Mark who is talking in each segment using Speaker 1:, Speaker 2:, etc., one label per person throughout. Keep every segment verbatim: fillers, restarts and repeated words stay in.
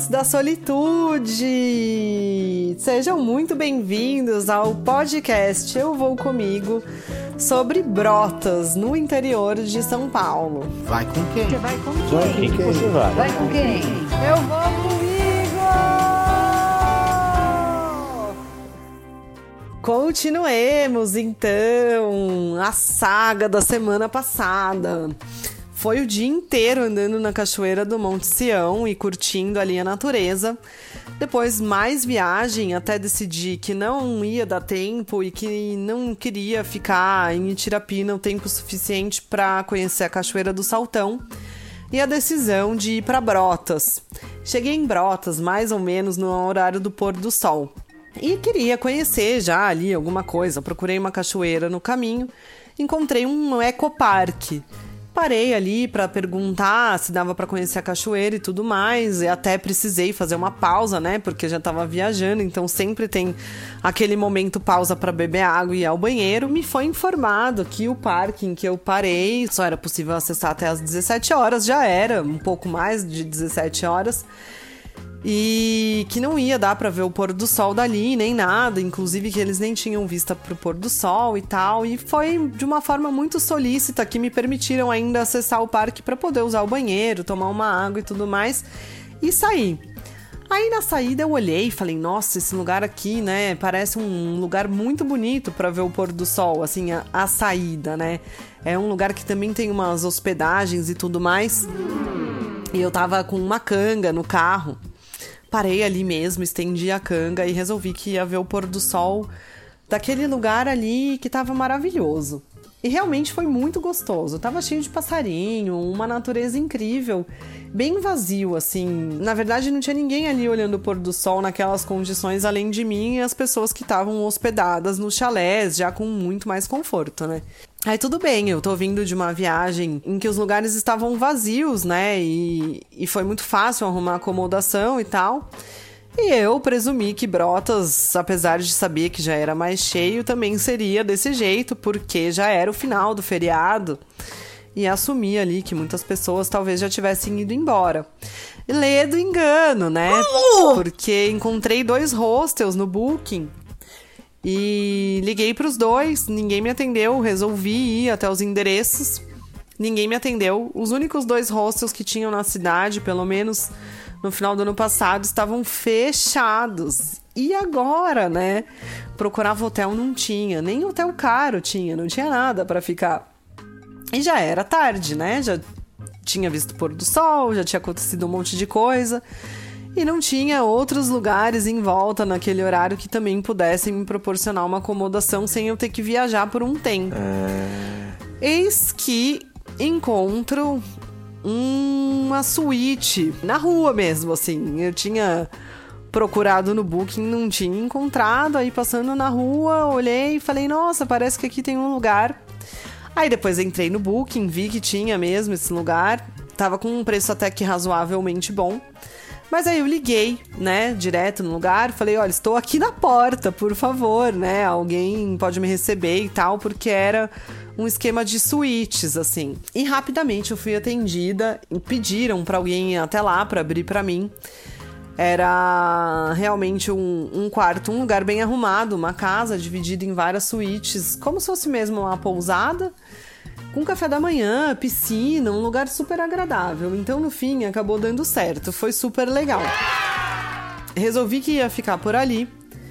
Speaker 1: amantes da solitude! Sejam muito bem-vindos ao podcast Eu Vou Comigo sobre Brotas, no interior de São Paulo.
Speaker 2: Vai com quem?
Speaker 3: Você vai com quem?
Speaker 2: Vai com quem?
Speaker 3: Que você vai?
Speaker 2: Vai com quem?
Speaker 1: Eu vou comigo! Continuemos, então, a saga da semana passada. Foi o dia inteiro andando na cachoeira do Monte Sião e curtindo ali a natureza. Depois, mais viagem, até decidir que não ia dar tempo e que não queria ficar em Itirapina o tempo suficiente para conhecer a Cachoeira do Saltão. E a decisão de ir para Brotas. Cheguei em Brotas mais ou menos no horário do pôr do sol. E queria conhecer já ali alguma coisa. Procurei uma cachoeira no caminho, encontrei um ecoparque. Parei ali para perguntar se dava para conhecer a cachoeira e tudo mais, e até precisei fazer uma pausa, né, porque já estava viajando, então sempre tem aquele momento pausa para beber água e ir ao banheiro. Me foi informado que o parque em que eu parei só era possível acessar até às dezessete horas, já era um pouco mais de dezessete horas, e que não ia dar pra ver o pôr do sol dali, nem nada, inclusive que eles nem tinham vista pro pôr do sol e tal, e foi de uma forma muito solícita que me permitiram ainda acessar o parque pra poder usar o banheiro, tomar uma água e tudo mais, e sair. Aí na saída eu olhei e falei, nossa, esse lugar aqui, né, parece um lugar muito bonito pra ver o pôr do sol, assim, a, a saída, né, é um lugar que também tem umas hospedagens e tudo mais, e eu tava com uma canga no carro. Parei ali mesmo, estendi a canga e resolvi que ia ver o pôr do sol daquele lugar ali que tava maravilhoso. E realmente foi muito gostoso. Tava cheio de passarinho, uma natureza incrível, bem vazio, assim. Na verdade, não tinha ninguém ali olhando o pôr do sol naquelas condições, além de mim e as pessoas que estavam hospedadas nos chalés, já com muito mais conforto, né? Aí tudo bem, eu tô vindo de uma viagem em que os lugares estavam vazios, né? E, e foi muito fácil arrumar acomodação e tal. E eu presumi que Brotas, apesar de saber que já era mais cheio, também seria desse jeito, porque já era o final do feriado. E assumi ali que muitas pessoas talvez já tivessem ido embora. E ledo engano, né? Porque encontrei dois hostels no Booking. E liguei para os dois, ninguém me atendeu, resolvi ir até os endereços, ninguém me atendeu. Os únicos dois hostels que tinham na cidade, pelo menos no final do ano passado, estavam fechados. E agora, né? Procurava hotel, não tinha, nem hotel caro tinha, não tinha nada para ficar. E já era tarde, né? Já tinha visto o pôr do sol, já tinha acontecido um monte de coisa. E não tinha outros lugares em volta naquele horário que também pudessem me proporcionar uma acomodação sem eu ter que viajar por um tempo. É... Eis que encontro uma suíte na rua mesmo, assim. Eu tinha procurado no Booking, não tinha encontrado. Aí passando na rua, olhei e falei, nossa, parece que aqui tem um lugar. Aí depois entrei no Booking, vi que tinha mesmo esse lugar. Tava com um preço até que razoavelmente bom. Mas aí eu liguei, né, direto no lugar, falei, olha, estou aqui na porta, por favor, né, alguém pode me receber e tal, porque era um esquema de suítes, assim. E rapidamente eu fui atendida, e pediram para alguém ir até lá para abrir para mim. Era realmente um, um quarto, um lugar bem arrumado, uma casa dividida em várias suítes, como se fosse mesmo uma pousada, com café da manhã, piscina, um lugar super agradável. Então, no fim, acabou dando certo. Foi super legal. Resolvi que ia ficar por ali.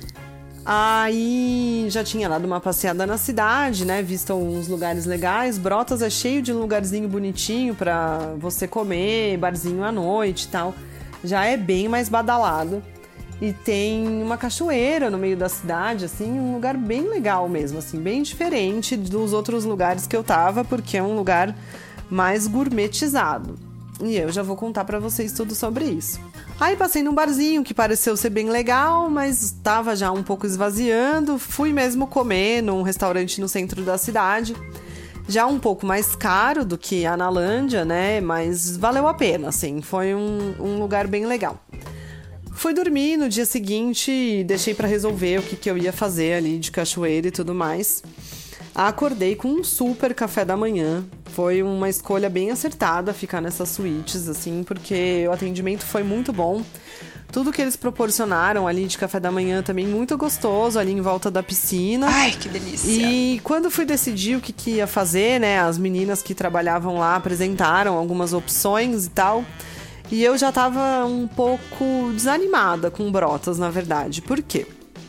Speaker 1: Aí, já tinha dado uma passeada na cidade, né? Visto uns lugares legais. Brotas é cheio de lugarzinho bonitinho pra você comer, barzinho à noite e tal. Já é bem mais badalado. E tem uma cachoeira no meio da cidade, assim, um lugar bem legal mesmo, assim, bem diferente dos outros lugares que eu tava, porque é um lugar mais gourmetizado. E eu já vou contar pra vocês tudo sobre isso. Aí passei num barzinho que pareceu ser bem legal, mas tava já um pouco esvaziando. Fui mesmo comer num restaurante no centro da cidade. Já um pouco mais caro do que a Analândia, né? Mas valeu a pena, assim, foi um, um lugar bem legal. Fui dormir no dia seguinte, deixei pra resolver o que, que eu ia fazer ali de cachoeira e tudo mais. Acordei com um super café da manhã, Foi uma escolha bem acertada ficar nessas suítes, assim, porque o atendimento foi muito bom. Tudo que eles proporcionaram ali de café da manhã também muito gostoso, ali em volta da piscina.
Speaker 2: Ai, que delícia!
Speaker 1: E quando fui decidir o que, que ia fazer, né, as meninas que trabalhavam lá apresentaram algumas opções e tal. E eu já tava um pouco desanimada com Brotas, na verdade. Por quê?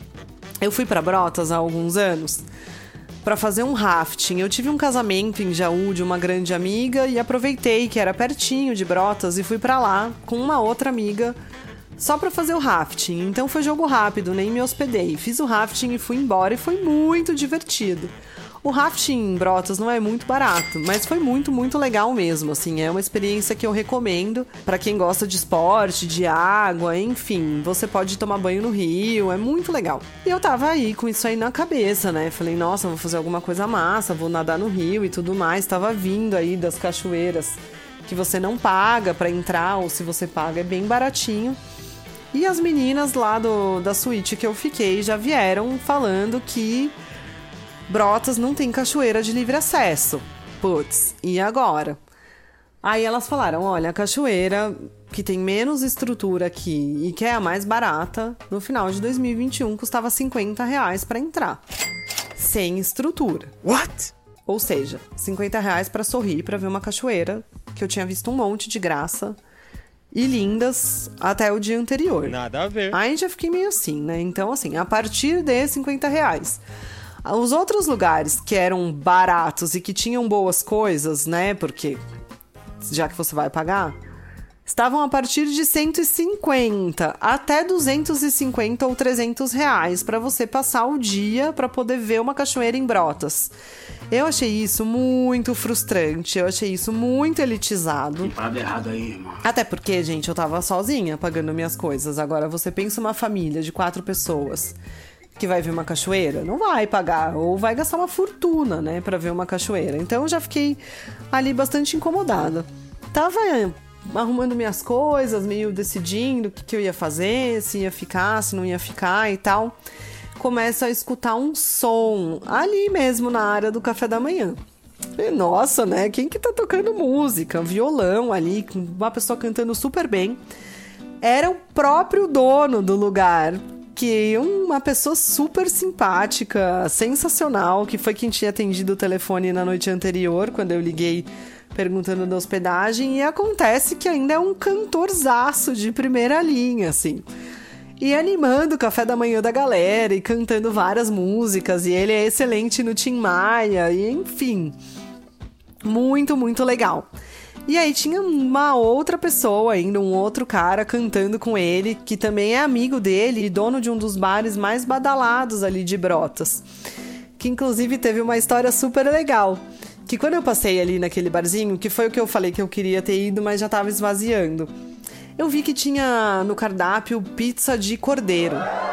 Speaker 1: Eu fui pra Brotas há alguns anos para fazer um rafting. Eu tive um casamento em Jaú de uma grande amiga e aproveitei que era pertinho de Brotas e fui pra lá com uma outra amiga só pra fazer o rafting. Então foi jogo rápido, nem me hospedei. Fiz o rafting e fui embora e foi muito divertido. O rafting em Brotas não é muito barato, mas foi muito, muito legal mesmo, assim. É uma experiência que eu recomendo pra quem gosta de esporte, de água, enfim. Você pode tomar banho no rio, é muito legal. E eu tava aí com isso aí na cabeça, né? Falei, nossa, vou fazer alguma coisa massa, vou nadar no rio e tudo mais. Tava vindo aí das cachoeiras que você não paga pra entrar, ou se você paga é bem baratinho. E as meninas lá do, da suíte que eu fiquei já vieram falando que Brotas não tem cachoeira de livre acesso. Putz, e agora? Aí elas falaram, olha, a cachoeira que tem menos estrutura aqui e que é a mais barata, no final de dois mil e vinte e um custava cinquenta reais pra entrar. Sem estrutura.
Speaker 2: What?
Speaker 1: Ou seja, cinquenta reais pra sorrir, pra ver uma cachoeira, que eu tinha visto um monte de graça e lindas até o dia anterior.
Speaker 2: Nada a ver.
Speaker 1: Aí já fiquei meio assim, né? Então, assim, a partir de cinquenta reais. Os outros lugares que eram baratos e que tinham boas coisas, né? Porque já que você vai pagar, estavam a partir de cento e cinquenta até duzentos e cinquenta ou trezentos reais para você passar o dia para poder ver uma cachoeira em Brotas. Eu achei isso muito frustrante, eu achei isso muito elitizado.
Speaker 3: Tem parada errada aí, irmão.
Speaker 1: Até porque, gente, eu tava sozinha pagando minhas coisas. Agora, você pensa uma família de quatro pessoas que vai ver uma cachoeira, não vai pagar, ou vai gastar uma fortuna, né, pra ver uma cachoeira. Então eu já fiquei ali bastante incomodada. Tava arrumando minhas coisas, meio decidindo o que, que eu ia fazer, se ia ficar, se não ia ficar e tal. Começo a escutar um som ali mesmo na área do café da manhã. E, nossa, né, quem que tá tocando música? Violão ali, com uma pessoa cantando super bem. Era o próprio dono do lugar, que uma pessoa super simpática, sensacional, que foi quem tinha atendido o telefone na noite anterior, quando eu liguei perguntando da hospedagem, e acontece que ainda é um cantorzaço de primeira linha, assim. E animando o café da manhã da galera, e cantando várias músicas, e ele é excelente no Tim Maia, e enfim, muito, muito legal. E aí tinha uma outra pessoa ainda, um outro cara cantando com ele, que também é amigo dele e dono de um dos bares mais badalados ali de Brotas. Que inclusive teve uma história super legal. Que quando eu passei ali naquele barzinho, que foi o que eu falei que eu queria ter ido, mas já tava esvaziando, eu vi que tinha no cardápio pizza de cordeiro.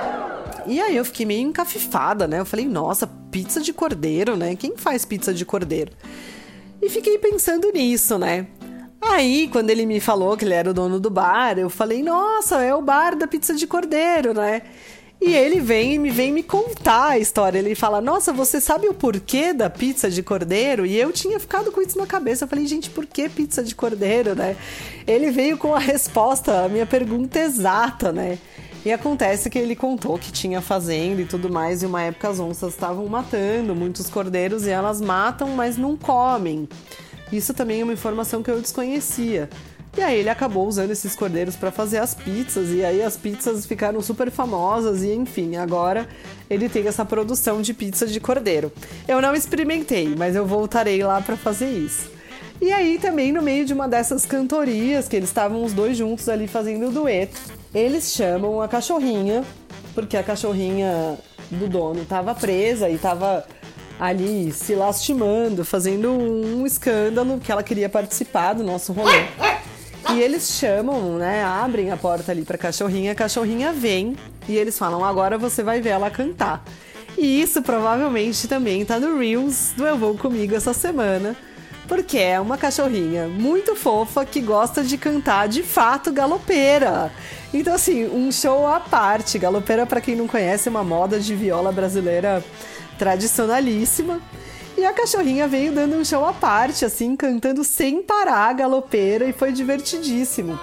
Speaker 1: E aí eu fiquei meio encafifada, né? Eu falei, nossa, pizza de cordeiro, né? Quem faz pizza de cordeiro? E fiquei pensando nisso, né? Aí, quando ele me falou que ele era o dono do bar, eu falei, nossa, é o bar da pizza de cordeiro, né? E ele vem e me vem me contar a história. Ele fala, nossa, você sabe o porquê da pizza de cordeiro? E eu tinha ficado com isso na cabeça. Eu falei, gente, por que pizza de cordeiro, né? Ele veio com a resposta, a minha pergunta exata, né? E acontece que ele contou que tinha fazenda e tudo mais, e uma época as onças estavam matando muitos cordeiros e elas matam, mas não comem. Isso também é uma informação que eu desconhecia. E aí ele acabou usando esses cordeiros para fazer as pizzas, e aí as pizzas ficaram super famosas, e enfim, agora ele tem essa produção de pizza de cordeiro. Eu não experimentei, mas eu voltarei lá para fazer isso. E aí também no meio de uma dessas cantorias, que eles estavam os dois juntos ali fazendo dueto, eles chamam a cachorrinha, porque a cachorrinha do dono estava presa e estava ali se lastimando, fazendo um escândalo, que ela queria participar do nosso rolê. E eles chamam, né, abrem a porta ali pra cachorrinha, a cachorrinha vem e eles falam, agora você vai ver ela cantar. E isso provavelmente também tá no Reels do Eu Vou Comigo essa semana, porque é uma cachorrinha muito fofa que gosta de cantar de fato galopeira. Então assim, um show à parte. Galopeira, pra quem não conhece, é uma moda de viola brasileira tradicionalíssima. E E a cachorrinha veio dando um show à parte, assim, cantando sem parar, galopeira, e foi divertidíssimo.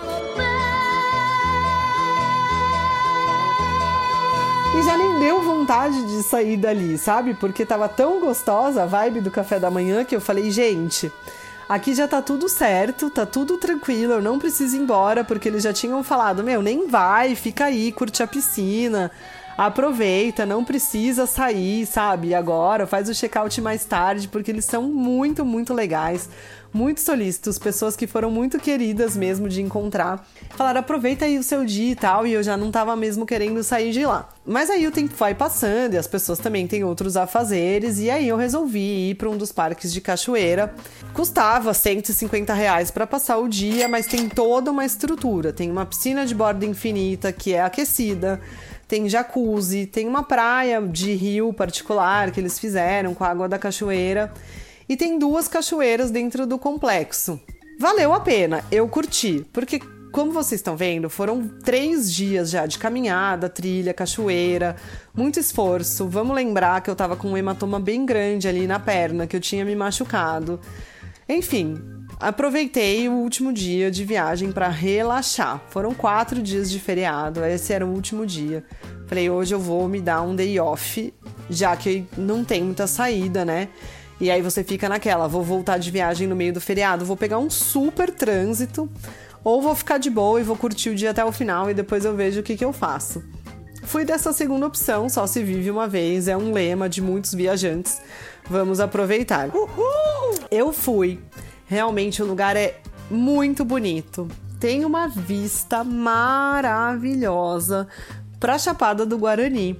Speaker 1: E já nem deu vontade de sair dali, sabe? Porque tava tão gostosa a vibe do café da manhã que eu falei, gente, aqui já tá tudo certo, tá tudo tranquilo, eu não preciso ir embora, porque eles já tinham falado, meu, nem vai, fica aí, curte a piscina, aproveita, não precisa sair, sabe? Agora, faz o check-out mais tarde, porque eles são muito, muito legais, muito solícitos, pessoas que foram muito queridas mesmo de encontrar. Falaram, aproveita aí o seu dia e tal, e eu já não tava mesmo querendo sair de lá. Mas aí o tempo vai passando e as pessoas também têm outros afazeres, e aí eu resolvi ir para um dos parques de cachoeira. Custava cento e cinquenta reais para passar o dia, mas tem toda uma estrutura. Tem uma piscina de borda infinita que é aquecida, tem jacuzzi, tem uma praia de rio particular que eles fizeram com a água da cachoeira. E tem duas cachoeiras dentro do complexo. Valeu a pena, eu curti, porque como vocês estão vendo, foram três dias já de caminhada, trilha, cachoeira, muito esforço. Vamos lembrar que eu tava com um hematoma bem grande ali na perna, que eu tinha me machucado. Enfim, aproveitei o último dia de viagem para relaxar. Foram quatro dias de feriado, esse era o último dia. Falei, hoje eu vou me dar um day off, já que não tem muita saída, né? E aí você fica naquela, vou voltar de viagem no meio do feriado, vou pegar um super trânsito, ou vou ficar de boa e vou curtir o dia até o final e depois eu vejo o que, que eu faço. Fui dessa segunda opção, só se vive uma vez, é um lema de muitos viajantes. Vamos aproveitar. Uhul! Eu fui. Realmente o lugar é muito bonito. Tem uma vista maravilhosa para a Chapada do Guarani.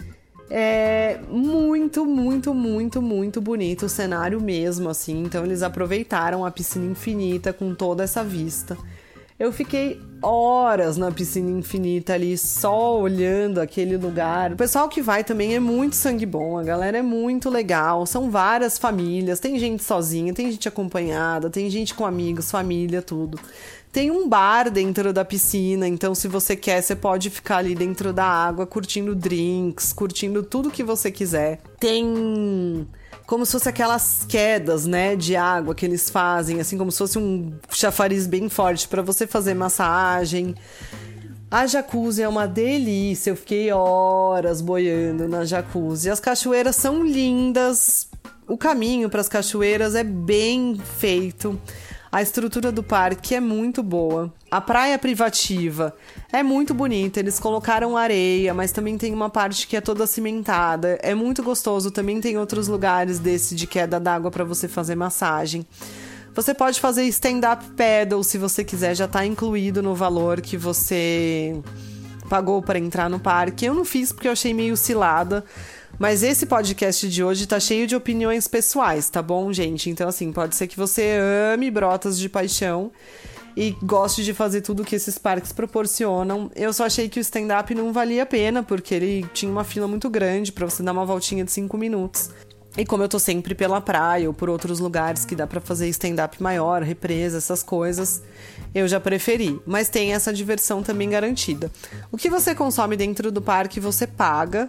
Speaker 1: É muito, muito, muito, muito bonito o cenário mesmo, assim. Então eles aproveitaram a piscina infinita com toda essa vista. Eu fiquei horas na piscina infinita ali, só olhando aquele lugar. O pessoal que vai também é muito sangue bom, a galera é muito legal, são várias famílias, tem gente sozinha, tem gente acompanhada, tem gente com amigos, família, tudo. Tem um bar dentro da piscina, então se você quer, você pode ficar ali dentro da água, curtindo drinks, curtindo tudo que você quiser. Tem como se fosse aquelas quedas, né, de água que eles fazem, assim como se fosse um chafariz bem forte para você fazer massagem. A jacuzzi é uma delícia, eu fiquei horas boiando na jacuzzi. As cachoeiras são lindas, o caminho para as cachoeiras é bem feito. A estrutura do parque é muito boa. A praia privativa é muito bonita. Eles colocaram areia, mas também tem uma parte que é toda cimentada. É muito gostoso. Também tem outros lugares desse de queda d'água para você fazer massagem. Você pode fazer stand-up paddle se você quiser. Já está incluído no valor que você pagou para entrar no parque. Eu não fiz porque eu achei meio cilada. Mas esse podcast de hoje tá cheio de opiniões pessoais, tá bom, gente? Então, assim, pode ser que você ame Brotas de paixão e goste de fazer tudo que esses parques proporcionam. Eu só achei que o stand-up não valia a pena, porque ele tinha uma fila muito grande pra você dar uma voltinha de cinco minutos. E como eu tô sempre pela praia ou por outros lugares que dá pra fazer stand-up maior, represa, essas coisas, eu já preferi. Mas tem essa diversão também garantida. O que você consome dentro do parque, você paga.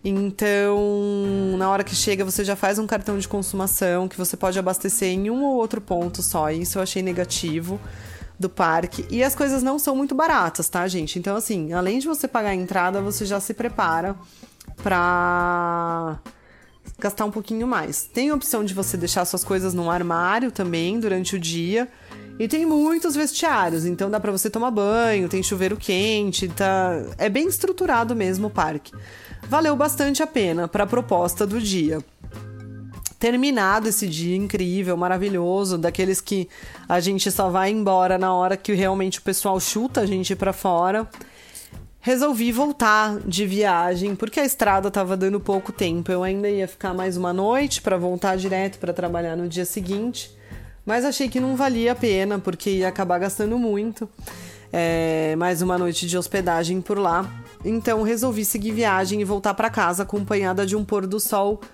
Speaker 1: Então, na hora que chega, você já faz um cartão de consumação que você pode abastecer em um ou outro ponto só. Isso eu achei negativo do parque. E as coisas não são muito baratas, tá, gente? Então, assim, além de você pagar a entrada, você já se prepara pra gastar um pouquinho mais. Tem a opção de você deixar suas coisas num armário também durante o dia. E tem muitos vestiários, então dá pra você tomar banho, tem chuveiro quente, tá... é bem estruturado mesmo o parque. Valeu bastante a pena para a proposta do dia. Terminado esse dia incrível, maravilhoso, daqueles que a gente só vai embora na hora que realmente o pessoal chuta a gente para fora, resolvi voltar de viagem, porque a estrada tava dando pouco tempo. Eu ainda ia ficar mais uma noite para voltar direto para trabalhar no dia seguinte, mas achei que não valia a pena, porque ia acabar gastando muito. É, mais uma noite de hospedagem por lá. Então resolvi seguir viagem e voltar para casa acompanhada de um pôr do sol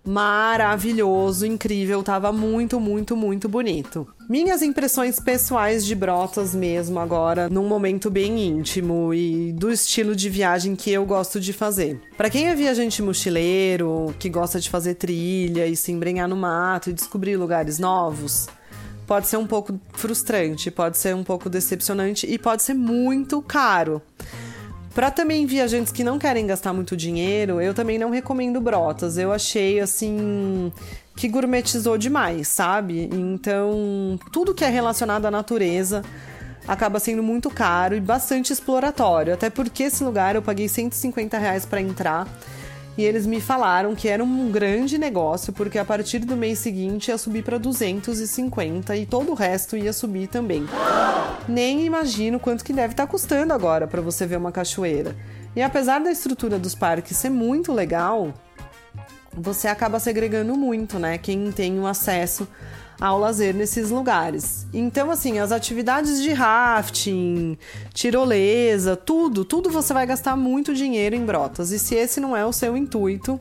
Speaker 1: maravilhoso, incrível, tava muito, muito, muito bonito. Minhas impressões pessoais de Brotas mesmo agora, num momento bem íntimo e do estilo de viagem que eu gosto de fazer. Pra quem é viajante mochileiro, que gosta de fazer trilha e se embrenhar no mato e descobrir lugares novos, pode ser um pouco frustrante, pode ser um pouco decepcionante e pode ser muito caro. Para também viajantes que não querem gastar muito dinheiro, eu também não recomendo Brotas. Eu achei, assim, que gourmetizou demais, sabe? Então, tudo que é relacionado à natureza acaba sendo muito caro e bastante exploratório. Até porque esse lugar eu paguei cento e cinquenta reais para entrar. E eles me falaram que era um grande negócio, porque a partir do mês seguinte ia subir para duzentos e cinquenta e todo o resto ia subir também. Nem imagino quanto que deve estar custando agora para você ver uma cachoeira. E apesar da estrutura dos parques ser muito legal, você acaba segregando muito, né? Quem tem o acesso ao lazer nesses lugares. Então, assim, as atividades de rafting, tirolesa, tudo, tudo você vai gastar muito dinheiro em Brotas. E se esse não é o seu intuito,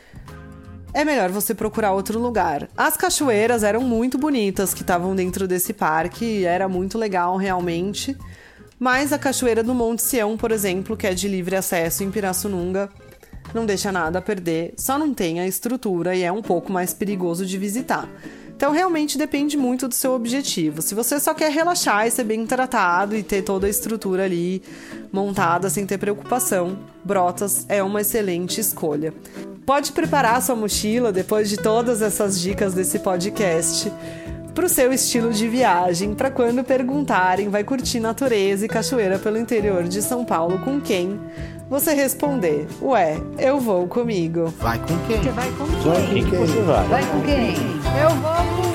Speaker 1: é melhor você procurar outro lugar. As cachoeiras eram muito bonitas que estavam dentro desse parque, era muito legal realmente. Mas a cachoeira do Monte Sião, por exemplo, que é de livre acesso em Pirassununga, não deixa nada a perder, só não tem a estrutura e é um pouco mais perigoso de visitar. Então, realmente depende muito do seu objetivo. Se você só quer relaxar e ser bem tratado e ter toda a estrutura ali montada sem ter preocupação, Brotas é uma excelente escolha. Pode preparar sua mochila, depois de todas essas dicas desse podcast, para o seu estilo de viagem, para quando perguntarem, vai curtir natureza e cachoeira pelo interior de São Paulo com quem? Você responder, ué, eu vou comigo.
Speaker 2: Vai com quem?
Speaker 3: Você vai com quem?
Speaker 2: Vai com quem? Você vai?
Speaker 3: Vai com quem? Eu vou com